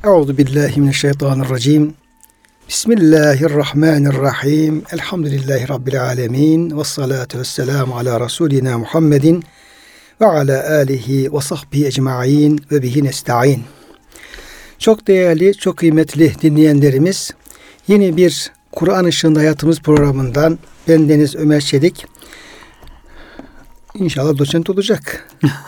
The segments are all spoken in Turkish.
Euzu billahi mineşşeytanirracim. Bismillahirrahmanirrahim. Elhamdülillahi rabbil alamin. Ves salatu vesselamü ala rasulina Muhammedin ve ala alihi ve sahbihi ecmaîn ve bihi nestaîn. Çok değerli, çok kıymetli dinleyenlerimiz, yeni bir Kur'an Işığında Hayatımız programından bendeniz Ömer Çelik. İnşallah doçent olacak.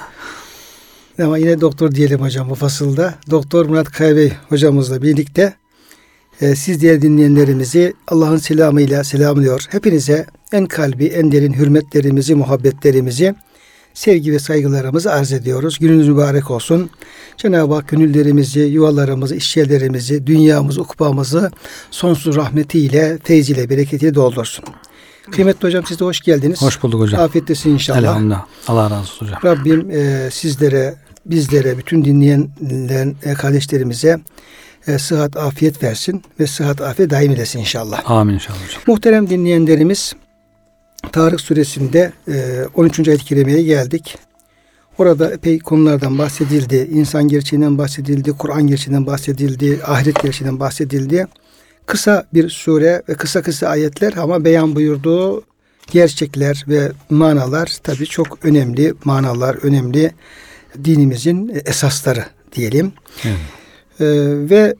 Ama yine doktor diyelim hocam bu fasılda. Doktor Murat Kayabey hocamızla birlikte siz diğer dinleyenlerimizi Allah'ın selamıyla selamlıyor. Hepinize en kalbi, en derin hürmetlerimizi, muhabbetlerimizi, sevgi ve saygılarımızı arz ediyoruz. Gününüz mübarek olsun. Cenab-ı Hak gönüllerimizi, yuvalarımızı, işyerlerimizi, dünyamızı, ukbamızı sonsuz rahmetiyle, feyziyle, bereketiyle doldursun. Kıymetli hocam, siz de hoş geldiniz. Hoş bulduk hocam. Afiyetlesin inşallah. Elhamdülillah. Allah razı olsun hocam. Rabbim sizlere, bizlere, bütün dinleyen kardeşlerimize sıhhat, afiyet versin ve sıhhat, afiyet daim edesin inşallah. Amin inşallah hocam. Muhterem dinleyenlerimiz, Tarık suresinde 13. ayet-i kerimeye geldik. Orada epey konulardan bahsedildi. İnsan gerçeğinden bahsedildi, Kur'an gerçeğinden bahsedildi, ahiret gerçeğinden bahsedildi. Kısa bir sure ve kısa ayetler ama beyan buyurduğu gerçekler ve manalar tabii çok önemli manalar, önemli dinimizin esasları diyelim. Evet. Ve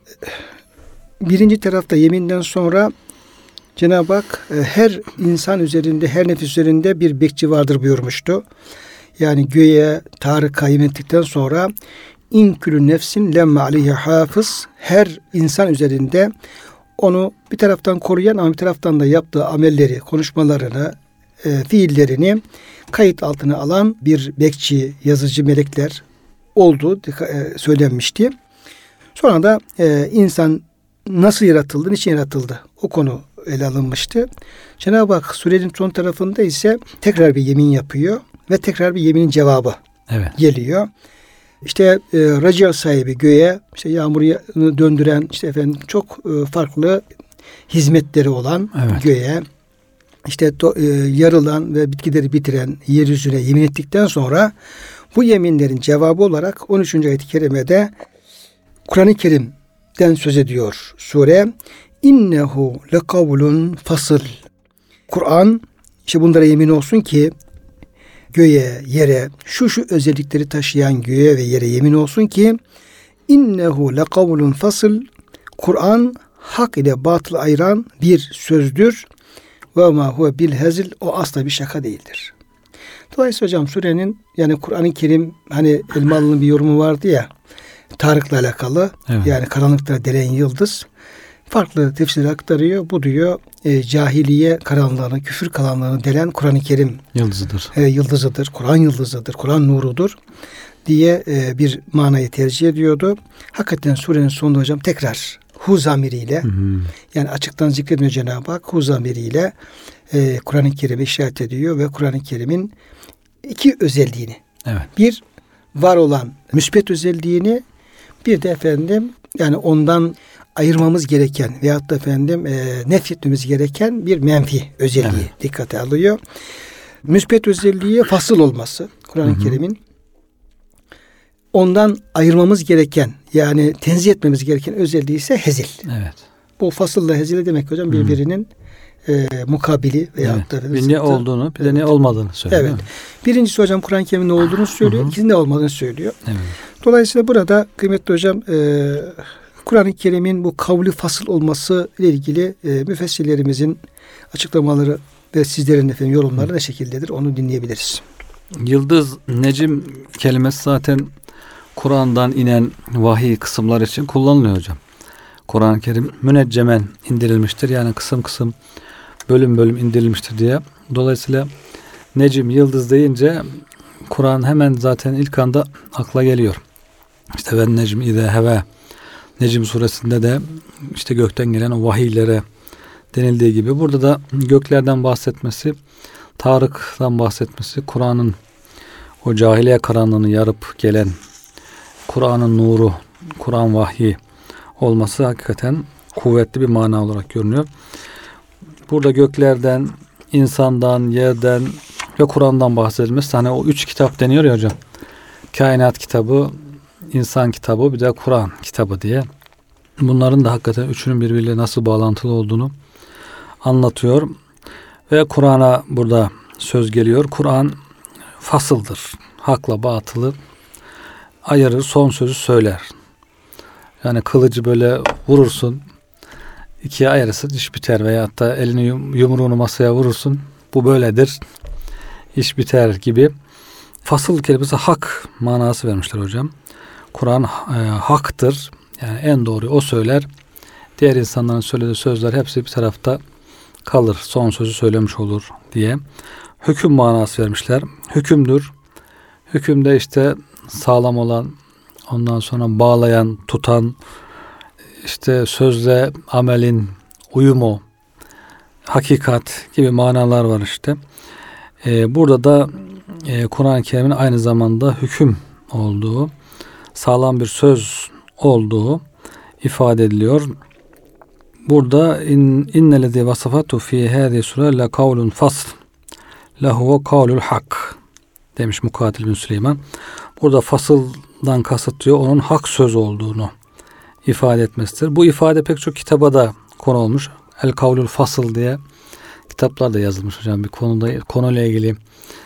birinci tarafta yeminden sonra Cenab-ı Hak her insan üzerinde, her nefis üzerinde bir bekçi vardır buyurmuştu. Yani göğe Tarık kayyum ettikten sonra inkülü nefsin lemme aleyhi hafız, her insan üzerinde onu bir taraftan koruyan ama bir taraftan da yaptığı amelleri, konuşmalarını, fiillerini kayıt altına alan bir bekçi, yazıcı melekler olduğu söylenmişti. Sonra da insan nasıl yaratıldı, niçin yaratıldı? O konu ele alınmıştı. Cenab-ı Hak surenin son tarafında ise tekrar bir yemin yapıyor ve tekrar bir yeminin cevabı geliyor. İşte racia sahibi göğe, işte yağmuru döndüren, işte efendim çok farklı hizmetleri olan göğe, işte yarılan ve bitkileri bitiren yeryüzüne yemin ettikten sonra bu yeminlerin cevabı olarak 13. ayet-i kerimede Kur'an-ı Kerim'den söz ediyor sure. İnnehu lekavlun fasıl. Kur'an, işte bunlara yemin olsun ki göğe, yere, şu özellikleri taşıyan göğe ve yere yemin olsun ki innehu lekavlun fasıl. Kur'an hak ile batıl ayıran bir sözdür. Ve ma huve bil hezil, o asla bir şaka değildir. Dolayısıyla hocam surenin, yani Kur'an-ı Kerim, hani Elmalı'nın bir yorumu vardı ya Tarık'la alakalı, yani karanlıkta delen yıldız, farklı tefsirler aktarıyor. Bu diyor cahiliye karanlığını, küfür karanlığını delen Kur'an-ı Kerim yıldızıdır. Yıldızıdır. Kur'an yıldızıdır. Kur'an nurudur diye bir manayı tercih ediyordu. Hakikaten surenin sonunda hocam tekrar hu zamiriyle, yani açıktan zikretmiyor Cenab-ı Hak, hu zamiriyle Kur'an-ı Kerim'i işaret ediyor ve Kur'an-ı Kerim'in iki özelliğini, bir var olan müsbet özelliğini, bir de efendim yani ondan ayırmamız gereken veyahut da efendim nefretmemiz gereken bir menfi özelliği dikkate alıyor. Müsbet özelliği fasıl olması Kur'an-ı Kerim'in, ondan ayırmamız gereken, yani tenzih etmemiz gereken özelliği ise hezil. Bu fasılla hezil demek hocam birbirinin mukabili veyahut da bir ne olduğunu, bir de ne olmadığını söylüyor. Birincisi hocam Kur'an-ı Kerim'in ne olduğunu söylüyor, ikincisi ne olmadığını söylüyor. Dolayısıyla burada kıymetli hocam Kur'an-ı Kerim'in bu kavli fasıl olması ile ilgili müfessirlerimizin açıklamaları ve sizlerin efendim yorumları ne şekildedir, onu dinleyebiliriz. Yıldız, necim kelimesi zaten Kur'an'dan inen vahiy kısımlar için kullanılıyor hocam. Kur'an-ı Kerim müneccemen indirilmiştir. Yani kısım kısım, bölüm bölüm indirilmiştir diye. Dolayısıyla necim, yıldız deyince Kur'an hemen zaten ilk anda akla geliyor. İşte ve necm ide heve, Necm suresinde de işte gökten gelen o vahiylere denildiği gibi burada da göklerden bahsetmesi, Tarık'tan bahsetmesi, Kur'an'ın o cahiliye karanlığını yarıp gelen Kur'an'ın nuru, Kur'an vahyi olması hakikaten kuvvetli bir mana olarak görünüyor. Burada göklerden, insandan, yerden ve Kur'an'dan bahsedilmesi. Hani o 3 kitap deniyor ya hocam. Kainat kitabı, insan kitabı, bir de Kur'an kitabı diye. bunların da hakikaten üçünün birbiriyle nasıl bağlantılı olduğunu anlatıyor. Ve Kur'an'a burada söz geliyor. Kur'an fasıldır. Hakla batılı ayırır, son sözü söyler. Yani kılıcı böyle vurursun, ikiye ayırırsın, iş biter. Veyahut da elini yumruğunu masaya vurursun, bu böyledir, iş biter gibi. Fasıl kelimesi hak manası vermişler hocam. Kur'an haktır. Yani en doğruyu o söyler. Diğer insanların söylediği sözler hepsi bir tarafta kalır. Son sözü söylemiş olur diye. Hüküm manası vermişler. Hükümdür. Hükümde işte sağlam olan, ondan sonra bağlayan, tutan, işte sözle amelin uyumu, hakikat gibi manalar var işte. Burada da Kur'an-ı Kerim'in aynı zamanda hüküm olduğu, sağlam bir söz olduğu ifade ediliyor. Burada innellezî vasafatu fî hâzî sure le kavlun fasl lehuve kavlul hak demiş Mukatil bin Süleyman. Burada fasıldan kasıt diyor, onun hak söz olduğunu ifade etmesidir. Bu ifade pek çok kitaba da konu olmuş. El kavlul fasıl diye kitaplar da yazılmış hocam. Bir konuyla ilgili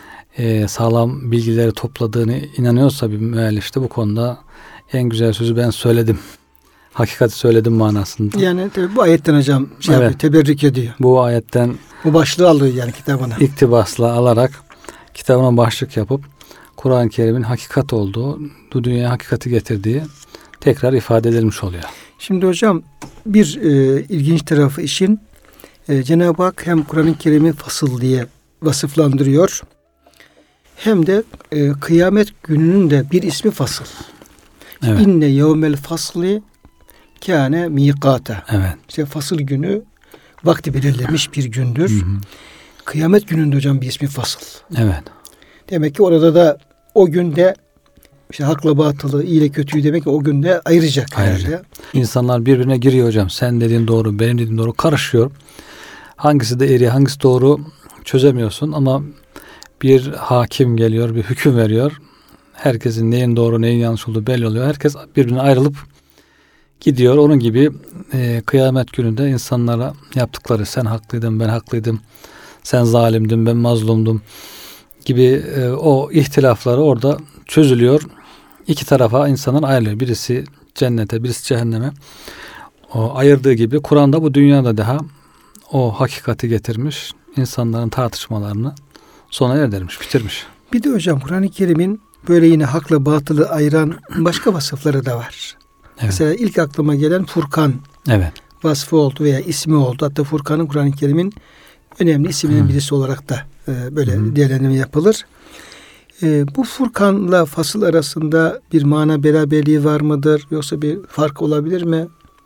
sağlam bilgileri topladığını inanıyorsa bir müellif de bu konuda en güzel sözü ben söyledim, hakikati söyledim manasında. Yani tabii bu ayetten hocam yapıyor, teberrük ediyor. Bu ayetten bu başlığı alıyor yani kitabına. İktibasla alarak kitabına başlık yapıp Kur'an-ı Kerim'in hakikat olduğu, bu dünyaya hakikati getirdiği tekrar ifade edilmiş oluyor. Şimdi hocam bir ilginç tarafı işin Cenab-ı Hak hem Kur'an-ı Kerim'i fasıl diye vasıflandırıyor, hem de kıyamet gününün de bir ismi fasıl. Evet. İnne yevmel fasli kâne mikâta. Evet. İşte fasıl günü vakti belirlenmiş bir gündür. Hı hı. Kıyamet gününde hocam bir ismi fasıl. Evet. Demek ki orada da o günde işte hakla batılı, iyi ile kötüyü demek ki o günde ayıracak herhalde. İnsanlar birbirine giriyor hocam. Sen dediğin doğru, benim dediğim doğru karışıyor. Hangisi de eri, hangisi doğru çözemiyorsun ama bir hakim geliyor, bir hüküm veriyor. Herkesin neyin doğru, neyin yanlış olduğu belli oluyor. Herkes birbirine ayrılıp gidiyor. Onun gibi kıyamet gününde insanlara yaptıkları, sen haklıydın, ben haklıydım, sen zalimdin, ben mazlumdum gibi o ihtilafları orada çözülüyor. İki tarafa insanlar ayrılıyor. Birisi cennete, birisi cehenneme. O ayırdığı gibi Kur'an'da bu dünyada daha o hakikati getirmiş. İnsanların tartışmalarını sona erdirmiş, bitirmiş. Bir de hocam Kur'an-ı Kerim'in böyle yine hakla batılı ayıran başka vasıfları da var. Evet. Mesela ilk aklıma gelen Furkan vasfı oldu veya ismi oldu. Hatta Furkan'ın Kur'an-ı Kerim'in önemli isimlerinin birisi olarak da böyle değerlendirme yapılır. Bu Furkan'la fasıl arasında bir mana beraberliği var mıdır? Yoksa bir fark olabilir mi?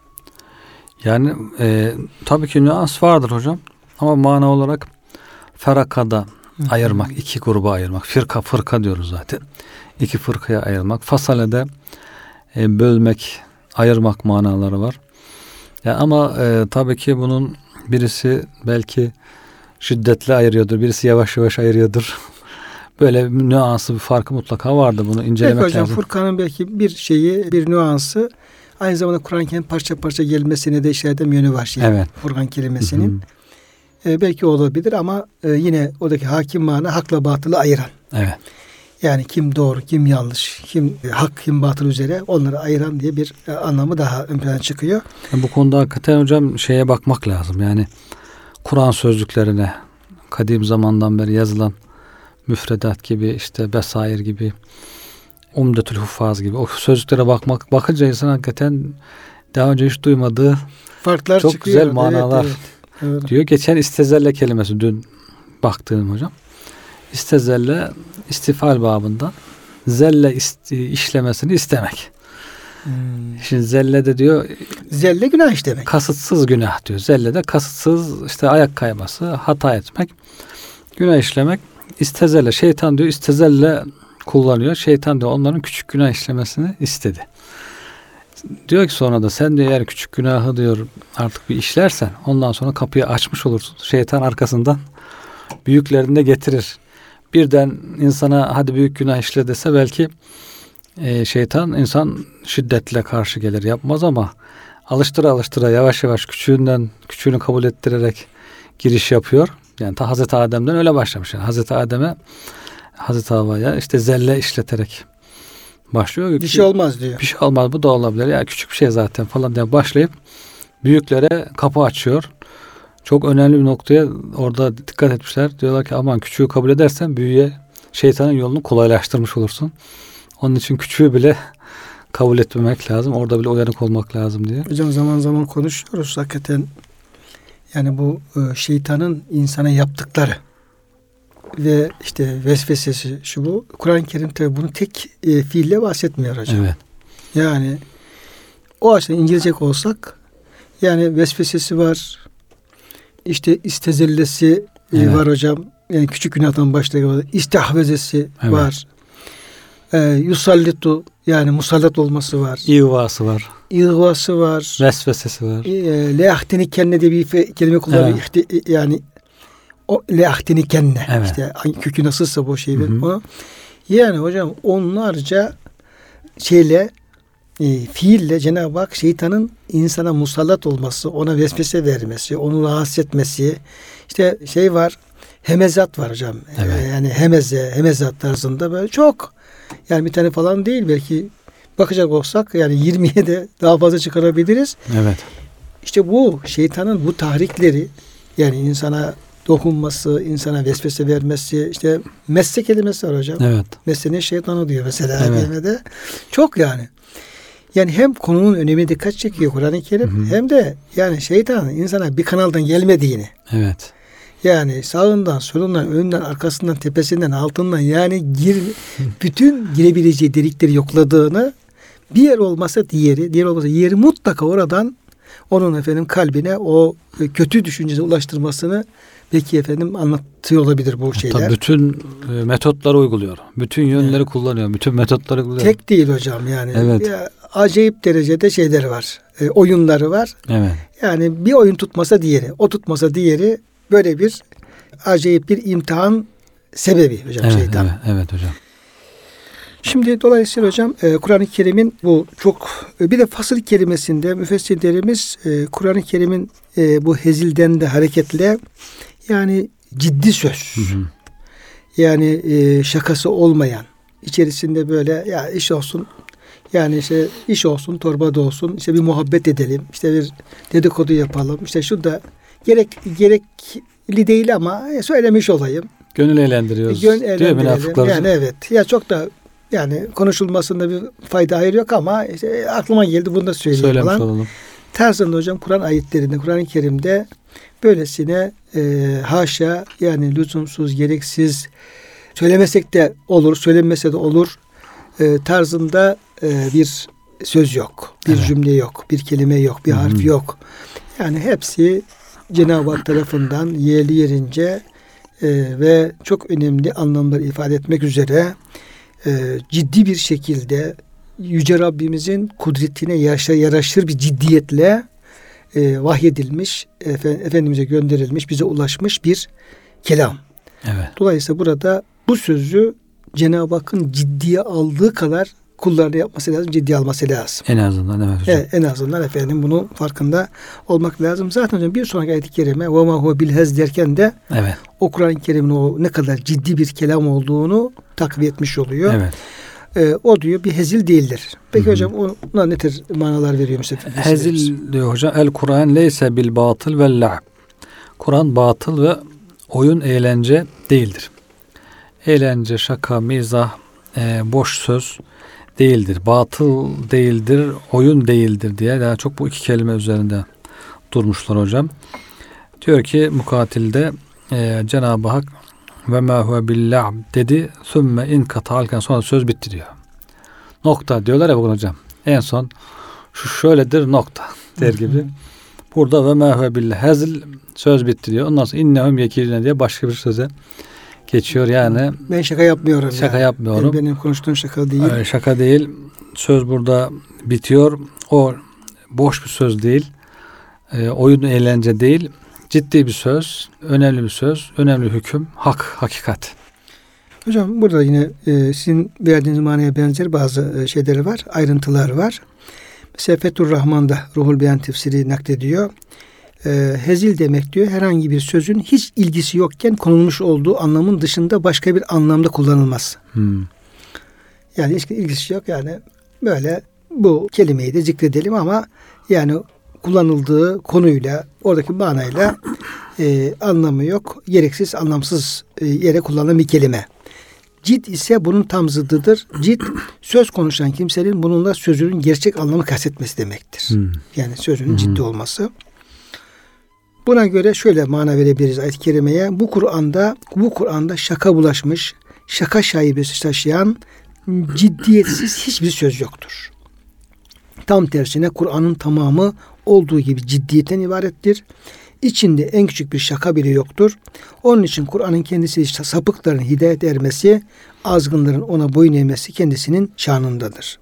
Yani tabii ki nüans vardır hocam. Ama mana olarak ferakada ayırmak, iki gruba ayırmak. Fırka diyoruz zaten. İki fırkaya ayırmak. Fasalede bölmek, ayırmak manaları var. Ya ama tabii ki bunun birisi belki şiddetle ayırıyordur, birisi yavaş yavaş ayırıyordur. Böyle nüansı bir farkı mutlaka vardı. Bunu incelemek hocam, lazım. Furkan'ın belki bir şeyi, bir nüansı aynı zamanda Kur'an-ı Kerim parça parça gelmesine de işaret eden yönü var. Evet. Furkan kelimesinin. Belki olabilir ama yine oradaki hakim mana hakla batılı ayıran. Evet. Yani kim doğru, kim yanlış, kim hak, kim batıl üzere onları ayıran diye bir anlamı daha ön plana çıkıyor. Bu konuda hakikaten hocam şeye bakmak lazım. Yani Kur'an sözlüklerine kadim zamandan beri yazılan müfredat gibi, işte Besair gibi, Umdetül Huffaz gibi o sözlüklere bakınca insan hakikaten daha önce hiç duymadığı farklar çok çıkıyor. Güzel manalar diyor. Geçen istezelle kelimesi dün baktığım hocam. İstezelle istifal babında zelle işlemesini istemek. Şimdi zelle de diyor, zelle günah işlemek. Kasıtsız günah diyor. Zelle de kasıtsız işte ayak kayması, hata etmek, günah işlemek. İstezelle, şeytan diyor istezelle kullanıyor. Şeytan diyor onların küçük günah işlemesini istedi. Diyor ki sonra da sen diyor eğer küçük günahı diyor artık bir işlersen ondan sonra kapıyı açmış olursun. Şeytan arkasından büyüklerini de getirir. Birden insana hadi büyük günah işle dese belki insan şiddetle karşı gelir, yapmaz ama alıştıra yavaş yavaş küçüğünü kabul ettirerek giriş yapıyor. Yani ta Hazreti Adem'den öyle başlamış. Yani Hazreti Havva'ya işte zelle işleterek başlıyor. Bir şey olmaz diyor. Bir şey olmaz, bu da olabilir. Ya küçük bir şey zaten falan diye başlayıp büyüklere kapı açıyor. Çok önemli bir noktaya orada dikkat etmişler. Diyorlar ki aman küçüğü kabul edersen büyüğe şeytanın yolunu kolaylaştırmış olursun. Onun için küçüğü bile kabul etmemek lazım. Orada bile uyanık olmak lazım diye. Hocam zaman zaman konuşuyoruz hakikaten. Yani bu şeytanın insana yaptıkları ve işte vesvesesi şu bu. Kur'an-ı Kerim tabi bunu tek fiille bahsetmiyor hocam. Evet. Yani o açıdan inceleyecek olsak yani vesvesesi var. İşte istezellesi var hocam. Yani küçük günahtan başlayan istihvezesi var. Yusallitu yani musallat olması var. İğvası var. İğvası var. Vesvesesi var. Leahtinikenne diye bir kelime kullanıyor. Yani o leahtinikenne. Evet. İşte kökü nasılsa bu şey. Onu. Yani hocam onlarca fiille Cenab-ı Hak şeytanın insana musallat olması, ona vesvese vermesi, onu rahatsız etmesi. İşte var, hemezat var hocam. Evet. Yani hemezat tarzında böyle çok. Yani bir tane falan değil, belki bakacak olsak yani 20'ye de daha fazla çıkarabiliriz. Evet. İşte bu şeytanın bu tahrikleri, yani insana dokunması, insana vesvese vermesi, işte messe kelimesi var hocam. Evet. Messenin şeytanı diyor mesela evet. kelimede. Çok yani. Yani hem konunun önemine dikkat çekiyor Kur'an-ı Kerim, hem de yani şeytanın insana bir kanaldan gelmediğini. Evet. Yani sağından, solundan, önünden, arkasından, tepesinden, altından yani bütün girebileceği delikleri yokladığını, bir yer olmasa diğeri mutlaka oradan onun kalbine o kötü düşünceye ulaştırmasını belki anlatıyor olabilir bu şeyler. Tabii bütün metotları uyguluyor. Bütün yönleri kullanıyor. Bütün metotları uyguluyor. Tek değil hocam yani. Evet. Acayip derecede şeyleri var. Oyunları var. Evet. Yani bir oyun tutmasa diğeri, o tutmasa diğeri, böyle bir acayip bir imtihan sebebi hocam şeytan. Evet hocam. Şimdi dolayısıyla hocam Kur'an-ı Kerim'in bu çok bir de fasıl kelimesinde müfessirlerimiz Kur'an-ı Kerim'in bu hezilden de hareketle yani ciddi söz. Yani şakası olmayan, içerisinde böyle ya iş olsun, yani işte iş olsun, torbada olsun, işte bir muhabbet edelim, işte bir dedikodu yapalım, işte şu da gerekli değil ama söylemiş olayım. Gönül eğlendiriyoruz. Diyor münafıklar. Yani evet. Ya çok da yani konuşulmasında bir fayda hayır yok ama işte aklıma geldi, bunu da söyleyeyim söylemiş falan. olalım. Tersinde hocam Kur'an ayetlerinde, Kur'an-ı Kerim'de böylesine haşa yani lüzumsuz, gereksiz, söylemesek de olur, söylenmese de olur tarzında bir söz yok. Bir cümle yok. Bir kelime yok. Bir harf yok. Yani hepsi Cenab-ı Hak tarafından yerli yerince ve çok önemli anlamlar ifade etmek üzere ciddi bir şekilde Yüce Rabbimizin kudretine yaraşır bir ciddiyetle vahyedilmiş, Efendimiz'e gönderilmiş, bize ulaşmış bir kelam. Evet. Dolayısıyla burada bu sözü Cenab-ı Hakk'ın ciddiye aldığı kadar kullarına yapması lazım, ciddiye alması lazım. En azından evet hocam. En azından bunun farkında olmak lazım. Zaten hocam bir sonraki ayet-i kerime ve ma huve bilhez derken de o Kur'an-ı Kerim'in o ne kadar ciddi bir kelam olduğunu takviye etmiş oluyor. Evet. O diyor bir hezil değildir. Peki hocam ona ne tür manalar veriyor mesela? Hezil diyor hocam. El Kur'an leyse bil batıl vel la'b. Kur'an batıl ve oyun, eğlence değildir. Eğlence, şaka, mizah, boş söz değildir. Batıl değildir, oyun değildir diye daha çok bu iki kelime üzerinde durmuşlar hocam. Diyor ki Mukatil'de Cenab-ı Hak ve ma huve billa'b dedi. Sümme in katalken sonra söz bitti diyor. Nokta diyorlar ya bugün hocam. En son şu şöyledir nokta der gibi. Burada ve ma huve billahezl söz bitti diyor. Ondan sonra innehum yekilune diye başka bir söze geçiyor yani. Ben şaka yapmıyorum. Şaka yapmıyorum. Benim konuştuğum şaka değil. Şaka değil. Söz burada bitiyor. O boş bir söz değil. Oyun, eğlence değil. Ciddi bir söz. Önemli bir söz. Önemli hüküm. Hak, hakikat. Hocam burada yine sizin verdiğiniz manaya benzer bazı şeyleri var. Ayrıntılar var. Mesela Fethur Rahman'da Ruhul Beyan tefsiri naklediyor. Hezil demek diyor herhangi bir sözün hiç ilgisi yokken konulmuş olduğu anlamın dışında başka bir anlamda kullanılmaz. Yani hiç ilgisi yok, yani böyle bu kelimeyi de zikredelim ama yani kullanıldığı konuyla oradaki manayla anlamı yok. Gereksiz, anlamsız yere kullanılan bir kelime. Cid ise bunun tam zıddıdır. Cid, söz konuşan kimsenin bununla sözünün gerçek anlamı kastetmesi demektir. Yani sözünün ciddi olması. Buna göre şöyle mana verebiliriz ayet-i kerimeye. Bu Kur'an'da şaka bulaşmış, şaka şaibesi taşıyan ciddiyetsiz hiçbir söz yoktur. Tam tersine Kur'an'ın tamamı olduğu gibi ciddiyetten ibarettir. İçinde en küçük bir şaka bile yoktur. Onun için Kur'an'ın kendisi sapıkların hidayet ermesi, azgınların ona boyun eğmesi kendisinin şanındadır.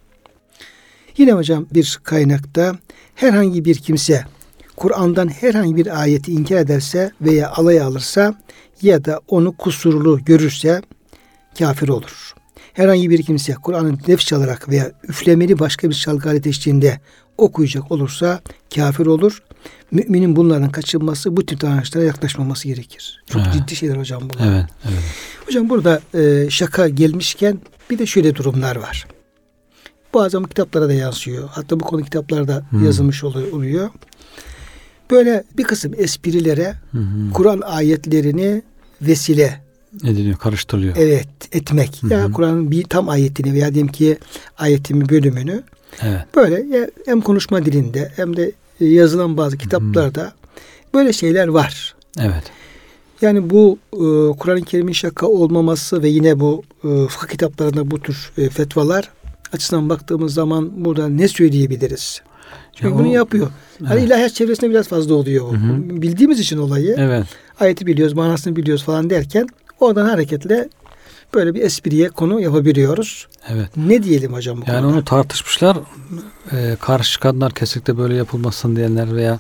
Yine hocam bir kaynakta herhangi bir kimse Kur'an'dan herhangi bir ayeti inkar ederse veya alaya alırsa ya da onu kusurlu görürse kafir olur. Herhangi bir kimse Kur'an'ı nefs çalarak veya üflemeli başka bir çalgı aleti eşliğinde okuyacak olursa kafir olur. Müminin bunların kaçınması, bu tip davranışlara yaklaşmaması gerekir. Çok ciddi şeyler hocam bunlar. Evet. Hocam burada şaka gelmişken bir de şöyle durumlar var. Bazen kitaplara da yansıyor. Hatta bu konu kitaplarda yazılmış oluyor. Böyle bir kısım esprilere Kur'an ayetlerini vesile ediliyor, karıştırılıyor. Evet, etmek. Ya Kur'an'ın bir tam ayetini veya diyelim ki ayetimin bölümünü böyle ya hem konuşma dilinde hem de yazılan bazı kitaplarda böyle şeyler var. Evet. Yani bu Kur'an-ı Kerim'in şaka olmaması ve yine bu fıkıh kitaplarında bu tür fetvalar açısından baktığımız zaman burada ne söyleyebiliriz? Çünkü bunu yapıyor. Hani ilahiyat çevresinde biraz fazla oluyor bu. Bildiğimiz için olayı. Evet. Ayeti biliyoruz, manasını biliyoruz falan derken oradan hareketle böyle bir espriye konu yapabiliyoruz. Evet. Ne diyelim hocam bu yani konuda? Onu tartışmışlar. Karşı çıkanlar, kesinlikle böyle yapılmasın diyenler veya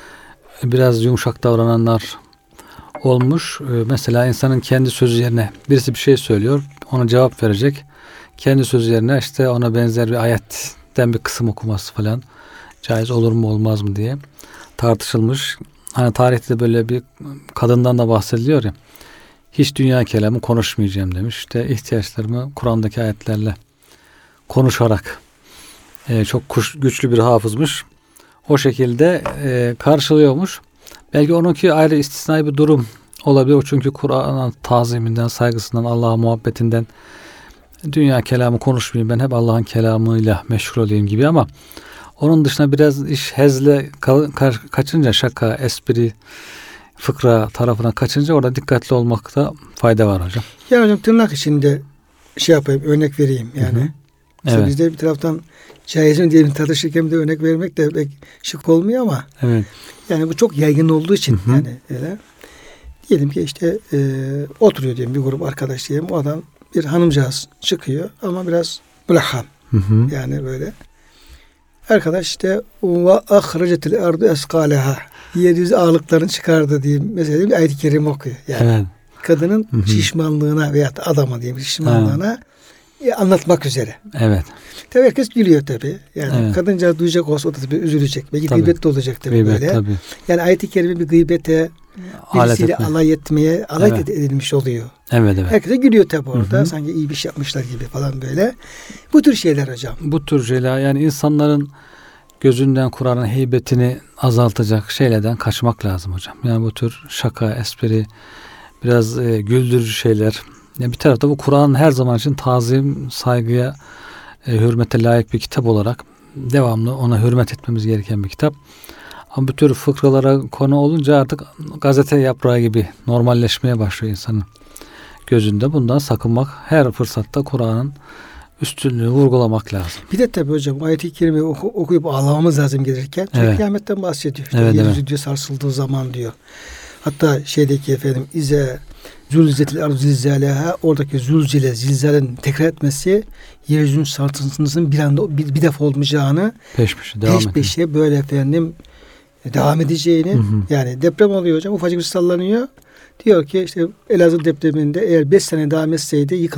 biraz yumuşak davrananlar olmuş. Mesela insanın kendi sözü yerine birisi bir şey söylüyor. Ona cevap verecek. Kendi sözü yerine işte ona benzer bir ayetten bir kısım okuması falan caiz olur mu olmaz mı diye tartışılmış. Hani tarihte böyle bir kadından da bahsediliyor ya. Hiç dünya kelamı konuşmayacağım demiş. İşte ihtiyaçlarımı Kur'an'daki ayetlerle konuşarak çok güçlü bir hafızmış. O şekilde karşılıyormuş. Belki onunki ayrı istisnai bir durum olabilir. O çünkü Kur'an'a taziminden, saygısından, Allah'a muhabbetinden dünya kelamı konuşmayayım, ben hep Allah'ın kelamıyla meşgul olayım gibi, ama onun dışında biraz iş hezle kaçınca, şaka, espri, fıkra tarafına kaçınca orada dikkatli olmakta fayda var hocam. Yani hocam tırnak içinde yapayım, örnek vereyim yani. Evet. Bizde bir taraftan caizim diyelim tartışırken de örnek vermek de pek şık olmuyor ama yani bu çok yaygın olduğu için yani öyle. Diyelim ki işte oturuyor diyelim bir grup arkadaş diyelim, o adam bir hanımcağız çıkıyor ama biraz mülahham yani böyle. Arkadaş işte ve ahrecetil ardu eskaleha, yeryüzü ağırlıklarını çıkardı diyeyim. Mesela bir ayet-i kerime okuyor. Yani kadının şişmanlığına veya adamın diyeyim şişmanlığına anlatmak üzere. Evet. Tabii herkes gülüyor tabii. Yani kadınca duyacak olsa o da tabii üzülecek. Belki gıybet de olacak tabii böyle. Tabii. Yani ayet-i kerime bir gıybete, birisiyle alay etmeye, alay edilmiş oluyor. Evet. Herkese gülüyor tabii orada. Sanki iyi bir şey yapmışlar gibi falan böyle. Bu tür şeyler hocam. Bu tür şeyler yani insanların gözünden Kur'an'ın heybetini azaltacak şeylerden kaçmak lazım hocam. Yani bu tür şaka, espri, biraz güldürücü şeyler. Yani bir tarafta bu Kur'an her zaman için tazim, saygıya, hürmete layık bir kitap olarak devamlı ona hürmet etmemiz gereken bir kitap. Ama bu tür fıkralara konu olunca artık gazete yaprağı gibi normalleşmeye başlıyor insanın gözünde. Bundan sakınmak, her fırsatta Kur'an'ın üstünlüğü vurgulamak lazım. Bir de tabii hocam ayet-i kerime okuyup ağlamamız lazım gelirken. Çünkü kıyametten bahsediyor. İşte yeryüzü diyor sarsıldığı zaman diyor. Hatta şeydeki efendim Zülzetil ardu zilzaleha, oradaki zülzile, zilzalenin tekrar etmesi yeryüzünün sarsıntısının bir anda bir defa olmayacağını peş peşe böyle efendim devam edeceğini yani deprem oluyor hocam, ufacık bir sallanıyor. Diyor ki işte Elazığ depreminde eğer 5 sene devam etseydi yıkılan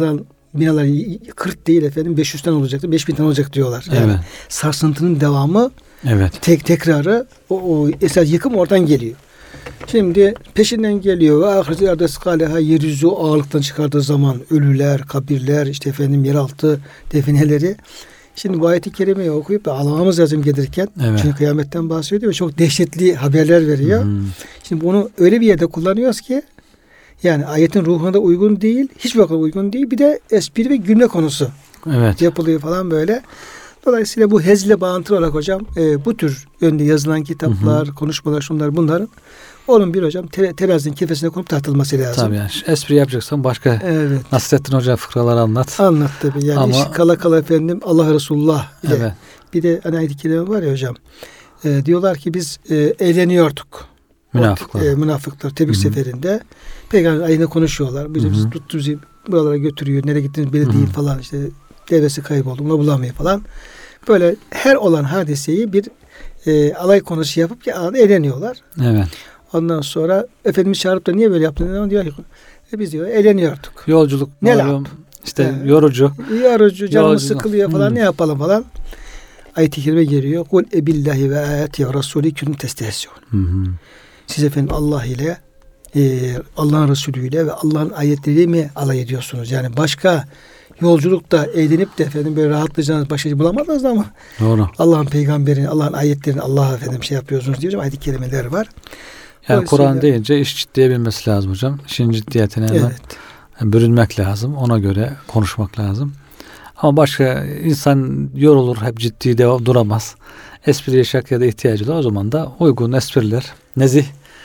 binalar 40 değil efendim 500 tane olacaktı, 5000 tane olacak diyorlar. Yani Evet. sarsıntının devamı, Evet. tekrarı, o esas yıkım oradan geliyor. Şimdi peşinden geliyor. Ahireti yerde skaleha, yeryüzü ağırlıktan çıkardığı zaman ölüler, kabirler, işte efendim yeraltı defineleri. Şimdi bu ayet-i kerimeyi okuyup da ağlamamız lazım gelirken. Evet. Çünkü kıyametten bahsediyor ve çok dehşetli haberler veriyor. Şimdi bunu öyle bir yerde kullanıyoruz ki yani ayetin ruhuna da uygun değil, hiçbir vakit uygun değil. Bir de espri ve gülme konusu Evet. yapılıyor falan böyle. Dolayısıyla bu hezle bağıntılı olarak hocam bu tür yönde yazılan kitaplar, konuşmalar, şunlar bunların onun bir hocam terazinin kefesine konup tartılması lazım. Tabii yani espri yapacaksan başka Nasrettin Hoca fıkraları anlat. Anlat tabii yani ama, kala kala efendim Allah Resulullah bile. Evet. Bir de hani ayet-i kerime var ya hocam. Diyorlar ki biz eğleniyorduk. Münafıklar Tebük seferinde Peygamber ayında konuşuyorlar. Bizi tuttu, bizi buralara götürüyor. Nereye gittiğiniz belli değil falan, işte devesi kayboldu, bunu bulamıyor falan. Böyle her olan hadiseyi bir alay konusu yapıp ki eğleniyorlar. Evet. Ondan sonra Efendimiz çağırıp da niye böyle yaptın? Diyor ki biz diyor eğleniyorduk. Yolculuk ne malum, işte yorucu. Yorucu, canımız sıkılıyor falan, ne yapalım falan. Ayet-i kerime geliyor. Kul ebillahi ve ayati ve rasulü künüm testehzûn. Siz efendim Allah ile Allah'ın Resulüyle ve Allah'ın ayetleriyle mi alay ediyorsunuz? Yani başka yolculukta eğlenip de efendim böyle rahatlayacağınız başka şey bulamadınız ama doğru. Allah'ın peygamberini, Allah'ın ayetlerini Allah'a efendim şey yapıyorsunuz diyor. Ayet-i kerimeler var. Yani Kur'an deyince iş ciddiye binmesi lazım hocam. İşin ciddiyetine bürünmek lazım. Ona göre konuşmak lazım. Ama başka insan yorulur, hep ciddi duramaz. Espriye şakaya da ihtiyacı var. O zaman da uygun espriler, nezih,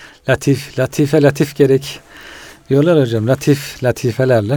latif gerek diyorlar hocam. Latifelerle.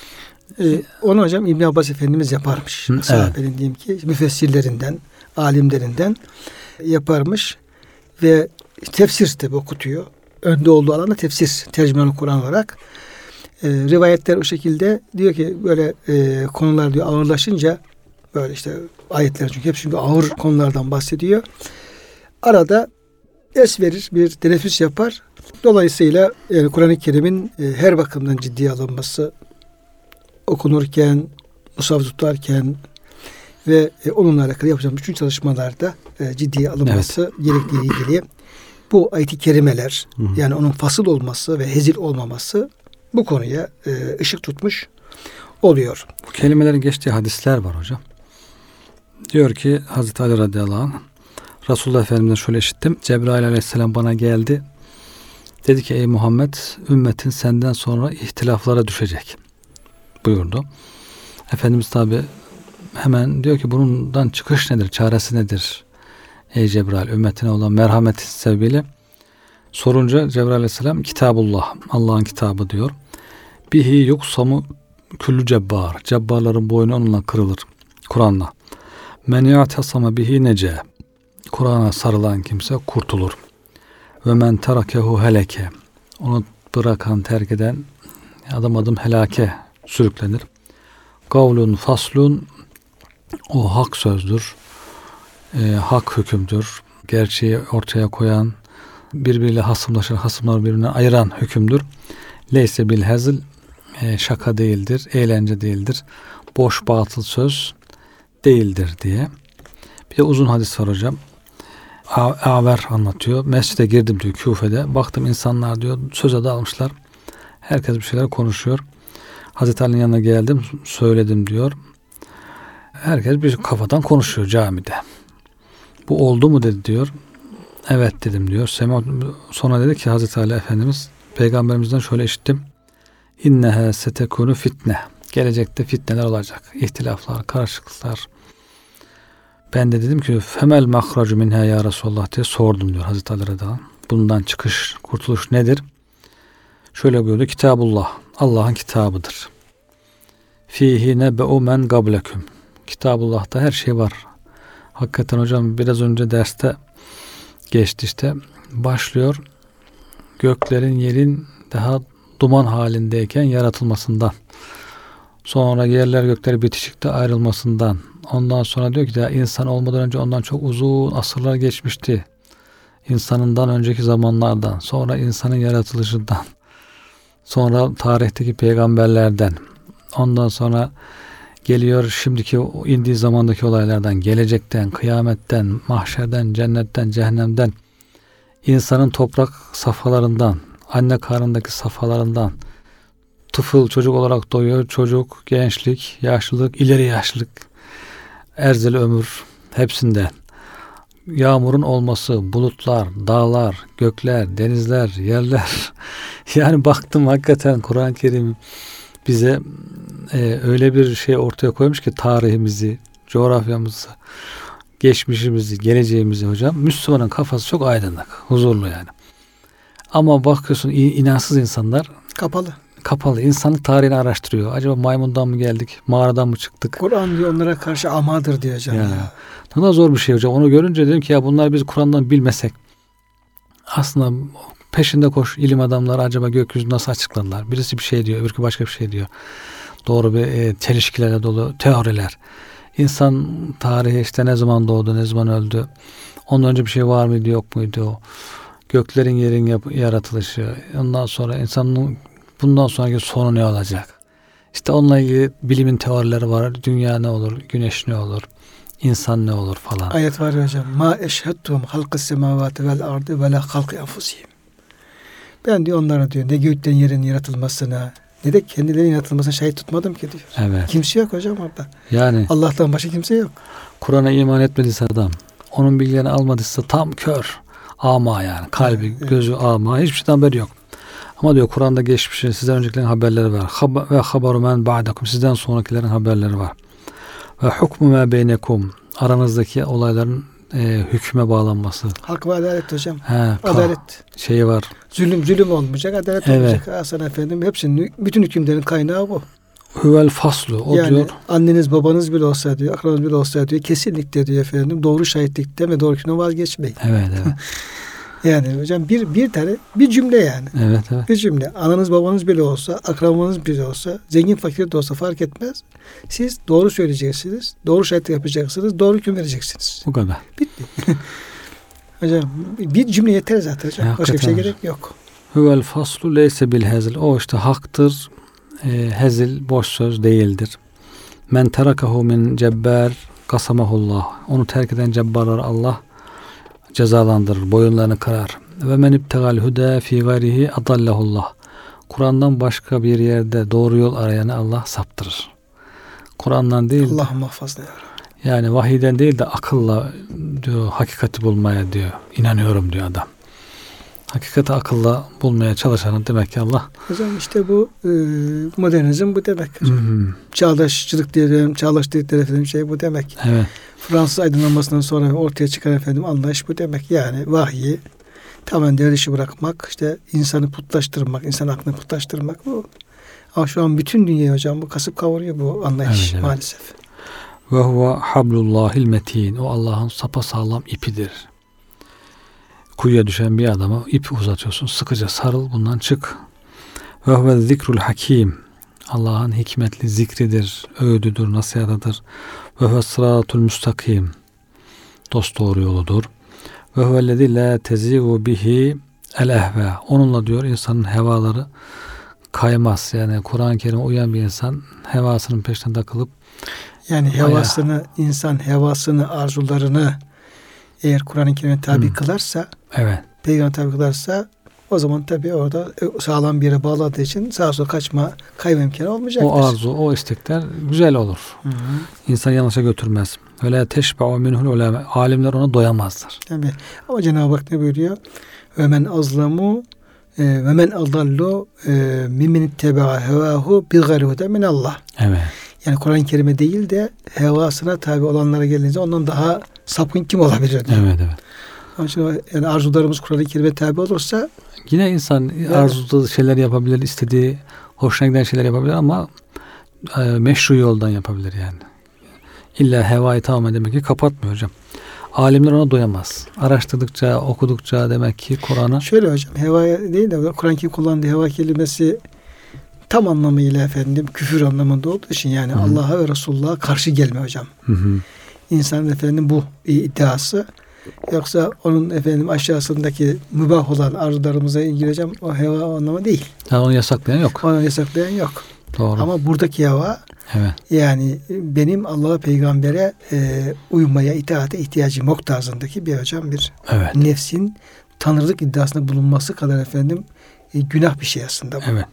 Onu hocam İbn Abbas Efendimiz yaparmış. Sahabenin diyeyim ki müfessirlerinden, alimlerinden yaparmış ve tefsir tabi okutuyor. Önde olduğu alanda tefsir, tercümanı Kur'an olarak. Rivayetler o şekilde diyor ki böyle konular diyor ağırlaşınca böyle işte ayetler çünkü hep çünkü ağır konulardan bahsediyor. Arada es verir, bir teneffüs yapar. Dolayısıyla yani Kur'an-ı Kerim'in her bakımdan ciddiye alınması, okunurken, mushaf tutarken ve onunla alakalı yapacağım bütün çalışmalarda ciddiye alınması gerektiği ilgili bu ayet-i kerimeler, yani onun fasıl olması ve hezil olmaması bu konuya ışık tutmuş oluyor. Bu kelimelerin geçtiği hadisler var hocam. Diyor ki Hazreti Ali radıyallahu anh, Resulullah Efendimiz'den şöyle işittim. Cebrail aleyhisselam bana geldi. Dedi ki ey Muhammed, ümmetin senden sonra ihtilaflara düşecek buyurdu. Efendimiz tabi hemen diyor ki bundan çıkış nedir? Çaresi nedir? Ey Cebrail, ümmetine olan merhameti sebebiyle sorunca Cebrail aleyhisselam Kitabullah, Allah'ın kitabı diyor. Bihi yuksamu küllü cebbar. Cebbarların boynu onunla kırılır. Kur'an'la. Men ya'tasama bihi nece. Kur'an'a sarılan kimse kurtulur. Ve men terakehu heleke. Onu bırakan, terk eden adım adım helake sürüklenir. Kavlun faslun, o hak sözdür. Hak hükümdür. Gerçeği ortaya koyan, birbiriyle hasımlaşan, hasımları birbirine ayıran hükümdür. Leyse bil hazl, şaka değildir, eğlence değildir. Boş batıl söz değildir diye. Bir de uzun hadis var hocam. Aver anlatıyor. Mescide girdim diyor Küfe'de. Baktım insanlar diyor söze dalmışlar. Herkes bir şeyler konuşuyor. Hazreti Ali'nin yanına geldim, söyledim diyor. Herkes bir kafadan konuşuyor camide. Bu oldu mu dedi diyor. Evet dedim diyor. Sonra dedi ki Hazreti Ali Efendimiz, Peygamberimizden şöyle işittim. İnneha setekunu fitne. Gelecekte fitneler olacak. İhtilaflar, karışıklıklar. Ben de dedim ki femel mahracu minha ya Resulullah diye sordum diyor Hazreti Ali radıyallahu anh. Bundan çıkış, kurtuluş nedir? Şöyle buyurdu. Kitabullah. Allah'ın kitabıdır. Fihi nebe'u men gableküm. Kitabullah'ta her şey var. Hakikaten hocam biraz önce derste geçti işte. Başlıyor. Göklerin, yerin daha duman halindeyken yaratılmasından. Sonra yerler gökler bitişikte ayrılmasından. Ondan sonra diyor ki ya insan olmadan önce ondan çok uzun asırlar geçmişti. İnsanından önceki zamanlardan. Sonra insanın yaratılışından. Sonra tarihteki peygamberlerden. Ondan sonra geliyor şimdiki indiği zamandaki olaylardan, gelecekten, kıyametten, mahşerden, cennetten, cehennemden, insanın toprak safhalarından, anne karnındaki safhalarından, tıfıl çocuk olarak doğuyor, çocuk, gençlik, yaşlılık, ileri yaşlılık, erzeli ömür hepsinden. Yağmurun olması, bulutlar, dağlar, gökler, denizler, yerler. Yani baktım hakikaten Kur'an-ı Kerim bize öyle bir şey ortaya koymuş ki tarihimizi, coğrafyamızı, geçmişimizi, geleceğimizi hocam. Müslümanın kafası çok aydınlık, huzurlu yani. Ama bakıyorsun inansız insanlar kapalı. İnsanlık tarihini araştırıyor. Acaba maymundan mı geldik? Mağaradan mı çıktık? Kur'an diyor onlara karşı amadır diyor hocam ya. Ne kadar zor bir şey hocam. Onu görünce dedim ki ya bunlar biz Kur'an'dan bilmesek. Aslında peşinde koş ilim adamları acaba gökyüzünü nasıl açıkladılar? Birisi bir şey diyor, öbürkü başka bir şey diyor. Doğru bir çelişkilerle dolu teoriler. İnsan tarihi işte ne zaman doğdu, ne zaman öldü? Ondan önce bir şey var mıydı, yok muydu? Göklerin yerin yaratılışı. Ondan sonra insanın bundan sonraki sonu ne olacak? İşte onunla ilgili bilimin teorileri var. Dünya ne olur? Güneş ne olur? İnsan ne olur falan. Ayet var ya hocam. Ma eşhedtum halkı semavati vel ardı ve la halkı enfusihim. Ben diyor onlara diyor ne gökten yerin yaratılmasına ne de kendilerinin yaratılmasına şahit tutmadım ki diyor. Evet. Kimse yok hocam orada. Yani Allah'tan başka kimse yok. Kur'an'a iman etmediyse adam, onun bilgilerini almadıysa tam kör, ama yani kalbi, gözü ama hiçbir şeyden haberi yok. Ama diyor Kur'an'da geçmişin sizden öncekilerin haberleri var. Ve haberu men ba'dakum, sizden sonrakilerin haberleri var. Ve hukmu me beynekum, aranızdaki olayların hükme bağlanması. Hak ve adalet hocam. Adalet şeyi var. Zulüm olmayacak, adalet olmayacak. Hasan efendim hepsinin, bütün hükümlerin kaynağı bu. Huvel faslu. O yani diyor. Anneniz babanız bile olsa diyor, akrabanız bile olsa diyor, kesinlikle diyor efendim doğru şahitlikten ve doğru hükümden vazgeçmeyin. Evet. Yani hocam bir cümle yani. Evet. Bir cümle. Ananız babanız bile olsa, akrabanız bile olsa, zengin fakir de olsa fark etmez. Siz doğru söyleyeceksiniz, doğru şahitlik yapacaksınız, doğru hüküm vereceksiniz. Bu kadar. Bitti. Hocam bir cümle yeter zaten hocam. Başka bir şey gerek yok. Huvel faslu leyse bil hezil. O işte haktır. Hezil boş söz değildir. Men terakahu min cebbar kasamahullah. Onu terk eden cebbarlar Allah cezalandırır, boyunlarını kırar. Ve men ibtegal huda fi gayrihi adallahullah. Kur'an'dan başka bir yerde doğru yol arayanı Allah saptırır. Kur'an'dan değil. Allah muhafaza ya. Yani vahiyden değil de akılla diyor, hakikati bulmaya diyor. İnanıyorum diyor adam. Hakikati akılla bulmaya çalışanın demek ki Allah. Hocam işte bu modernizm bu demek. Çağdaşçılık diyelim, çağdaşlık efendim şey bu demek. Evet. Fransız aydınlanmasından sonra ortaya çıkan efendim anlayış bu demek. Yani vahyi tamamen devre dışı bırakmak, işte insanı putlaştırmak, insan aklını putlaştırmak bu. Ama şu an bütün dünya hocam bu kasıp kavuruyor bu anlayış maalesef. Ve huve hablullahil metin. O Allah'ın sapasağlam ipidir. Kuyuya düşen bir adama ip uzatıyorsun. Sıkıca sarıl, bundan çık. Ve huve zikrul hakim. Allah'ın hikmetli zikridir, öğüdüdür, nasihatıdır. Ve huve sıratul müstakim. Dosdoğru yoludur. Ve huvellezî lâ tezigu bihi el ehve. Onunla diyor insanın hevaları kaymaz. Yani Kur'an-ı Kerim'e uyan bir insan hevasının peşine takılıp yani insan hevasını, arzularını eğer Kur'an-ı Kerim'e tabi kılarsa, Peygamber tabi kılarsa o zaman tabii orada sağlam bir yere bağladığı için sağa sola kayma imkanı olmayacaktır. O arzu, o istekler güzel olur. İnsan yanlışa götürmez. Öyle teşba'u minhul ulema. Alimler ona doyamazlar. Tabii. Ama Cenab-ı Hak ne buyuruyor? Ve men azlamu ve men adallu mimmen itteba'a hevahu bi gayri huden min Allah. Evet. Yani Kur'an-ı Kerim'e değil de hevasına tabi olanlara gelince ondan daha sapkın kim olabilir diyor. Evet. Onun için yani arzularımız Kur'an-ı Kerim'e tabi olursa yine insan arzuda şeyler yapabilir, istediği, hoşuna giden şeyler yapabilir ama meşru yoldan yapabilir yani. İlla hevayı tamamen demek ki kapatmıyor hocam. Alimler ona doyamaz. Araştırdıkça, okudukça demek ki Kur'an'a. Şöyle hocam, hevaya değil de Kur'an-ı Kerim kullandığı heva kelimesi tam anlamıyla efendim küfür anlamında olduğu için yani Allah'a ve Resulullah'a karşı gelme hocam. İnsanın efendim bu iddiası. Yoksa onun efendim aşağısındaki mübah olan arzularımıza ilgili hocam o heva anlamı değil. Yani onu yasaklayan yok. Onu yasaklayan yok. Doğru. Ama buradaki hava Evet. yani benim Allah'a, peygambere uymaya, itaate ihtiyacım yok tarzındaki bir hocam bir Evet. nefsin tanrılık iddiasında bulunması kadar efendim günah bir şey aslında bu. Evet.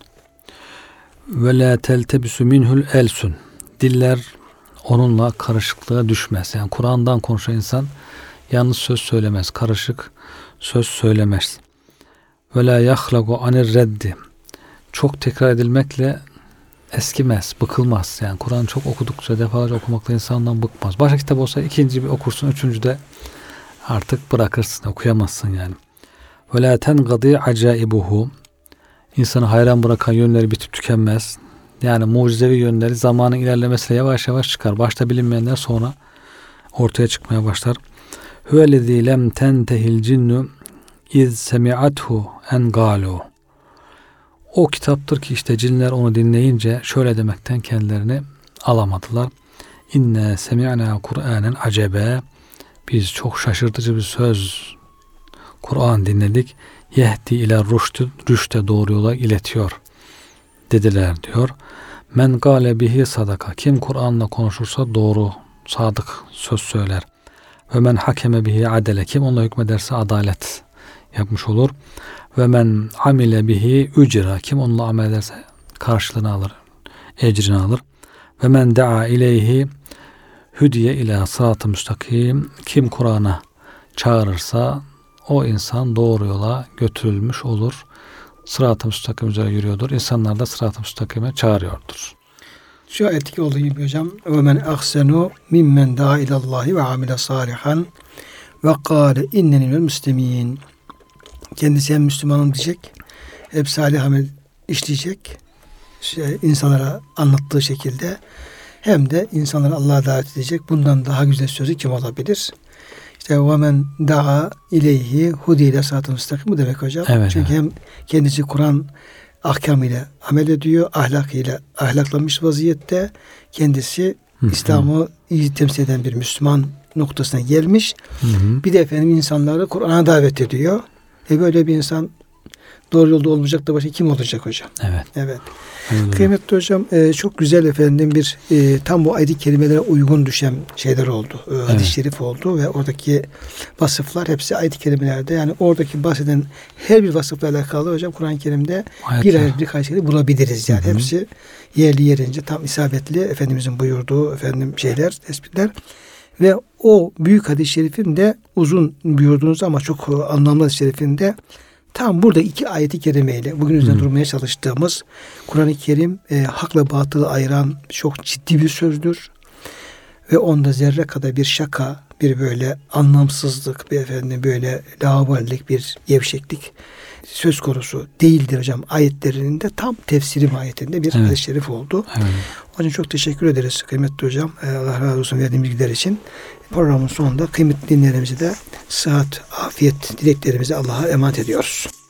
Ve la teltebisu minhul elsun. Diller onunla karışıklığa düşmez. Yani Kur'an'dan konuşan insan yanlış söz söylemez. Karışık söz söylemez. Ve la yahlagu anir reddi. Çok tekrar edilmekle eskimez, bıkılmaz. Yani Kur'an çok okudukça, defalarca okumakla insandan bıkmaz. Başka kitap olsa ikinci bir okursun, üçüncü de artık bırakırsın, okuyamazsın yani. Ve la tengadi acaibuhu. İnsanı hayran bırakan yönleri bitip tükenmez. Yani mucizevi yönleri zamanın ilerlemesiyle yavaş yavaş çıkar. Başta bilinmeyenler sonra ortaya çıkmaya başlar. Hüvellezî lem tentehil cinnu iz semi'athu en galu. O kitaptır ki işte cinler onu dinleyince şöyle demekten kendilerini alamadılar. İnne semi'na Kur'anen acebe. Biz çok şaşırtıcı bir söz Kur'an dinledik. Yehdi ile rüşte doğru yola iletiyor dediler diyor. Men gale bihi sadaka. Kim Kur'an'la konuşursa doğru, sadık söz söyler. Ve men hakeme bihi adele. Kim onunla hükmederse adalet yapmış olur. Ve men amile bihi ücra. Kim onunla amel ederse karşılığını alır, ecrini alır. Ve men da'a ileyhi hüdiye ila sırat-ı müstakim. Kim Kur'an'a çağırırsa o insan doğru yola götürülmüş olur. Sırat-ı müstakim üzere yürüyordur. İnsanlar da sırat-ı müstakime çağırıyordur. Şu ayetteki olduğu gibi hocam ve men ahsenu mimmen da'a ilallahi ve amile salihan ve kâle inneni minel müslimin. Kendisi hem Müslümanım diyecek, hep salih amel işleyecek, insanlara anlattığı şekilde, hem de insanları Allah'a davet edecek. Bundan daha güzel sözü kim olabilir? İşte وَمَنْ دَعَا اِلَيْهِ هُدِيلَ صَاتُ müstakim bu demek hocam. Evet, çünkü hem kendisi Kur'an ahkamıyla amel ediyor, ahlakıyla ahlaklanmış vaziyette, kendisi İslam'ı iyi temsil eden bir Müslüman noktasına gelmiş. Bir de efendim insanları Kur'an'a davet ediyor. Böyle bir insan doğru yolda olmayacak da başka kim olacak hocam? Evet. Evet. Öyle. Kıymetli hocam çok güzel efendim bir tam bu ayet-i kerimelere uygun düşen şeyler oldu. Hadis-i şerif oldu ve oradaki vasıflar hepsi ayet-i kerimelerde, yani oradaki bahseden her bir vasıfla alakalı hocam Kur'an-ı Kerim'de bir ayet birkaç kere bulabiliriz yani. Hepsi yerli yerince tam isabetli Efendimizin buyurduğu efendim şeyler, tespitler. Ve o büyük hadis-i şerifin de uzun buyurduğunuz ama çok anlamlı hadis-i şerifin de tam burada iki ayeti kerimeyle bugün üzerinde durmaya çalıştığımız Kur'an-ı Kerim hakla batılı ayıran çok ciddi bir sözdür. Ve onda zerre kadar bir şaka, bir böyle anlamsızlık, bir efendim böyle laubalilik, bir gevşeklik söz konusu değildir hocam. Ayetlerinin de tam tefsiri mahiyetinde bir hadis-i şerif oldu. Evet. Onun için çok teşekkür ederiz kıymetli hocam. Allah razı olsun verdiğim bilgiler için. Programın sonunda kıymetli dinlerimize de sıhhat, afiyet dileklerimizi Allah'a emanet ediyoruz.